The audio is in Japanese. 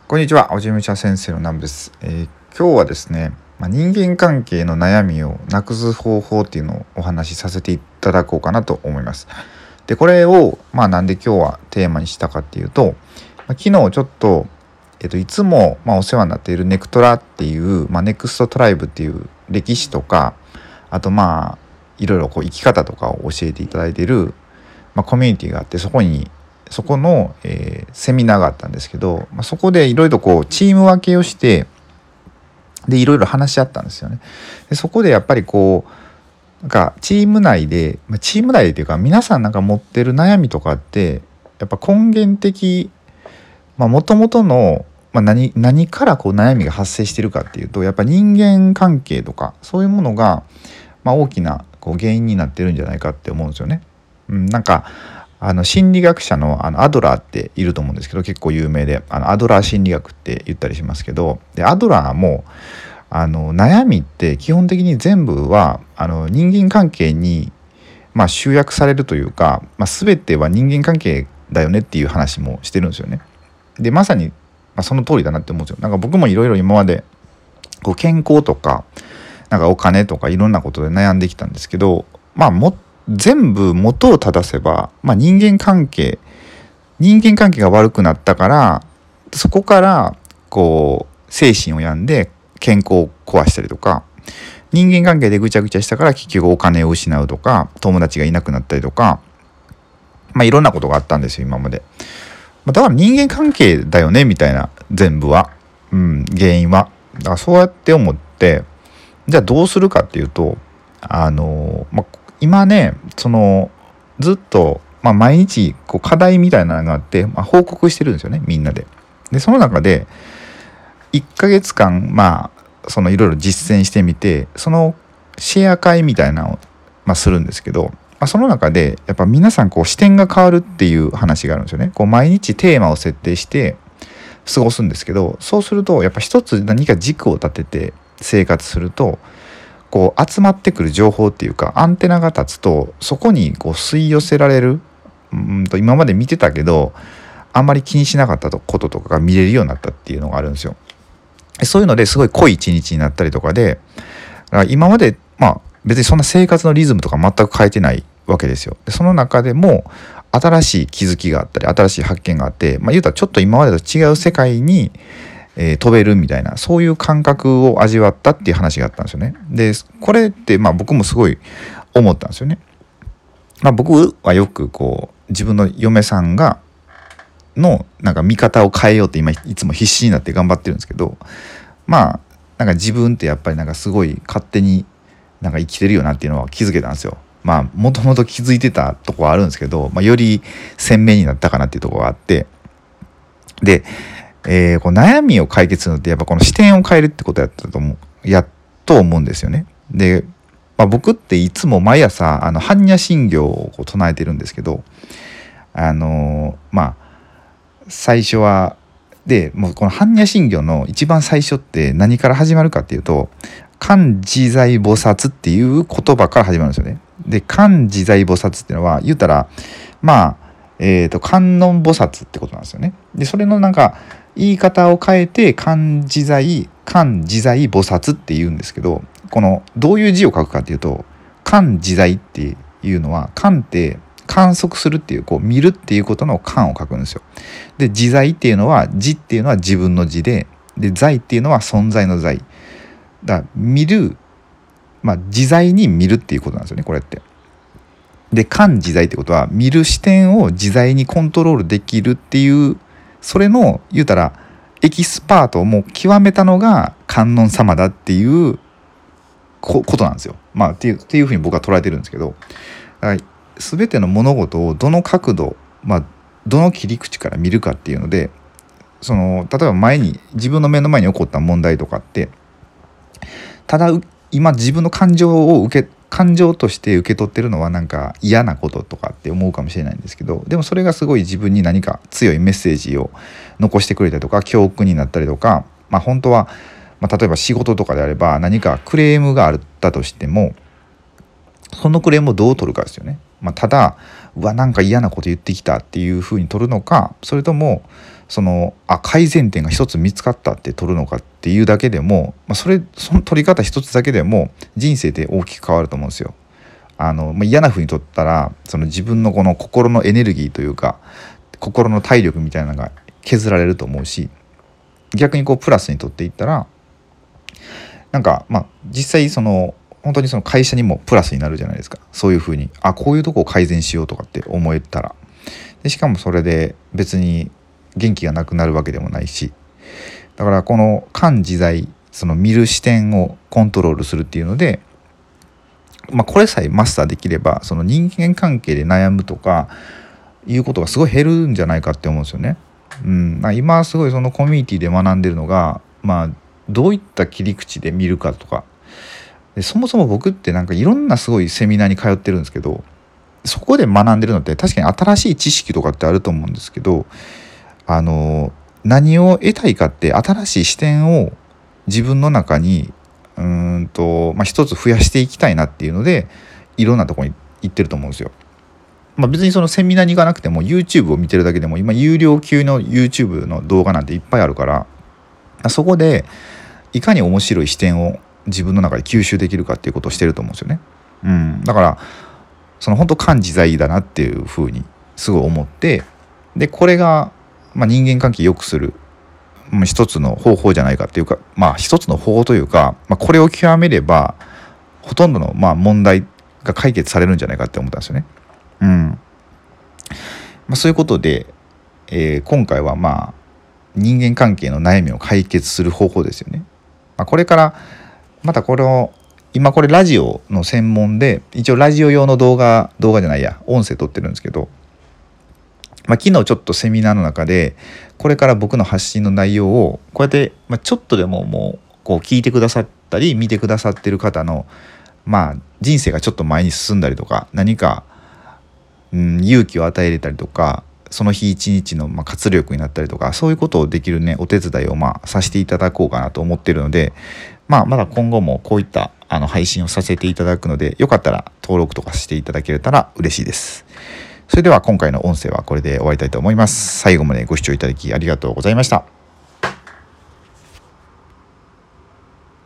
こんにちは、おじむしゃ先生の南部です。今日はですね、人間関係の悩みをなくす方法っていうのをお話しさせていただこうかなと思います。で、これをなんで今日はテーマにしたかっていうと、昨日ちょっといつもお世話になっているネクトラっていう、ネクストトライブっていう歴史とか、あといろいろ生き方とかを教えていただいている、コミュニティがあって、そこの、セミナーがあったんですけど、そこでいろいろチーム分けをしてでいろいろ話し合ったんですよね。でそこでやっぱりチーム内でっていうか、皆さん持ってる悩みとかってやっぱ根源的もともとの、何から悩みが発生してるかっていうと、やっぱ人間関係とかそういうものが、大きな原因になってるんじゃないかって思うんですよね。心理学者のアドラーっていると思うんですけど、結構有名でアドラー心理学って言ったりしますけど、でアドラーも悩みって基本的に全部は人間関係に集約されるというか、全ては人間関係だよねっていう話もしてるんですよね。でまさにその通りだなって思うんですよ。僕もいろいろ今まで健康とかお金とかいろんなことで悩んできたんですけど、全部元を正せば、人間関係が悪くなったから、そこから精神を病んで健康を壊したりとか、人間関係でぐちゃぐちゃしたから結局お金を失うとか、友達がいなくなったりとか、いろんなことがあったんですよ今まで。だから人間関係だよねみたいな、全部は、原因は。だからそうやって思って、じゃあどうするかっていうと、今ねずっと、毎日課題みたいなのがあって、報告してるんですよね、みんなで。でその中で1ヶ月間いろいろ実践してみて、そのシェア会みたいなのを、するんですけど、その中でやっぱ皆さん視点が変わるっていう話があるんですよね。毎日テーマを設定して過ごすんですけど、そうするとやっぱ一つ何か軸を立てて生活すると、集まってくる情報っていうかアンテナが立つと、そこに吸い寄せられる、今まで見てたけどあんまり気にしなかったこととかが見れるようになったっていうのがあるんですよ。そういうのですごい濃い一日になったりとかで、今まで別にそんな生活のリズムとか全く変えてないわけですよ。でその中でも新しい気づきがあったり新しい発見があって、言うたらちょっと今までと違う世界に飛べるみたいな、そういう感覚を味わったっていう話があったんですよね。でこれって僕もすごい思ったんですよね。僕はよく自分の嫁さんが見方を変えようって今いつも必死になって頑張ってるんですけど、自分ってやっぱりすごい勝手に生きてるよなっていうのは気づけたんですよ。もともと気づいてたとこはあるんですけど、より鮮明になったかなっていうところがあって、で悩みを解決するのってやっぱこの視点を変えるってことやと思うんですよね。で、僕っていつも毎朝般若心経を唱えてるんですけど、最初はもうこの般若心経の一番最初って何から始まるかっていうと、観自在菩薩っていう言葉から始まるんですよね。で観自在菩薩っていうのは言ったら観音菩薩ってことなんですよね。でそれの言い方を変えて観自在菩薩って言うんですけど、このどういう字を書くかっていうと、観自在っていうのは、観って観測するっていう見るっていうことの観を書くんですよ。で自在っていうのは、自っていうのは自分の自で、在っていうのは存在の在だ、見る、自在に見るっていうことなんですよね、これって。で観自在ってことは、見る視点を自在にコントロールできるっていう、それの言うたらエキスパートをもう極めたのが観音様だっていうことなんですよ。っていうふうに僕は捉えてるんですけど、全ての物事をどの角度、どの切り口から見るかっていうので、例えば自分の目の前に起こった問題とかって、ただ今自分の感情として受け取ってるのは嫌なこととかって思うかもしれないんですけど、でもそれがすごい自分に何か強いメッセージを残してくれたりとか、教訓になったりとか、本当は、例えば仕事とかであれば何かクレームがあったとしても、そのクレームをどう取るかですよね。ただ嫌なこと言ってきたっていうふうに取るのか、それとも改善点が一つ見つかったって取るのかっていうだけでも、その取り方一つだけでも人生って大きく変わると思うんですよ。嫌な風に取ったら自分のこの心のエネルギーというか心の体力みたいなのが削られると思うし、逆にプラスに取っていったら実際本当に会社にもプラスになるじゃないですか。そういう風にこういうとこを改善しようとかって思えたら、でしかもそれで別に元気がなくなるわけでもないし、だからこの観自在、見る視点をコントロールするっていうので、これさえマスターできれば人間関係で悩むとかいうことがすごい減るんじゃないかって思うんですよね。今すごいコミュニティで学んでるのが、どういった切り口で見るかとかで、そもそも僕っていろんなすごいセミナーに通ってるんですけど、そこで学んでるのって確かに新しい知識とかってあると思うんですけど、何を得たいかって新しい視点を自分の中に一つ増やしていきたいなっていうのでいろんなところに行ってると思うんですよ。別にセミナーに行かなくても YouTube を見てるだけでも今有料級の YouTube の動画なんていっぱいあるから、そこでいかに面白い視点を自分の中で吸収できるかっていうことをしてると思うんですよね。だから本当感自在だなっていうふうにすごい思って、でこれが人間関係良くする一つの方法じゃないかっていうか、一つの方法というか、これを極めればほとんどの問題が解決されるんじゃないかって思ったんですよね。そういうことで、今回は人間関係の悩みを解決する方法ですよね。これからまた今これラジオの専門で一応ラジオ用の動画じゃないや音声撮ってるんですけど、昨日ちょっとセミナーの中でこれから僕の発信の内容をこうやって、ちょっとでももう聞いてくださったり見てくださってる方の人生がちょっと前に進んだりとか、何か、勇気を与えれたりとか、その日一日の活力になったりとか、そういうことをできるお手伝いをさせていただこうかなと思っているので、まだ今後もこういった配信をさせていただくので、よかったら登録とかしていただけたら嬉しいです。それでは今回の音声はこれで終わりたいと思います。最後までご視聴いただきありがとうございました。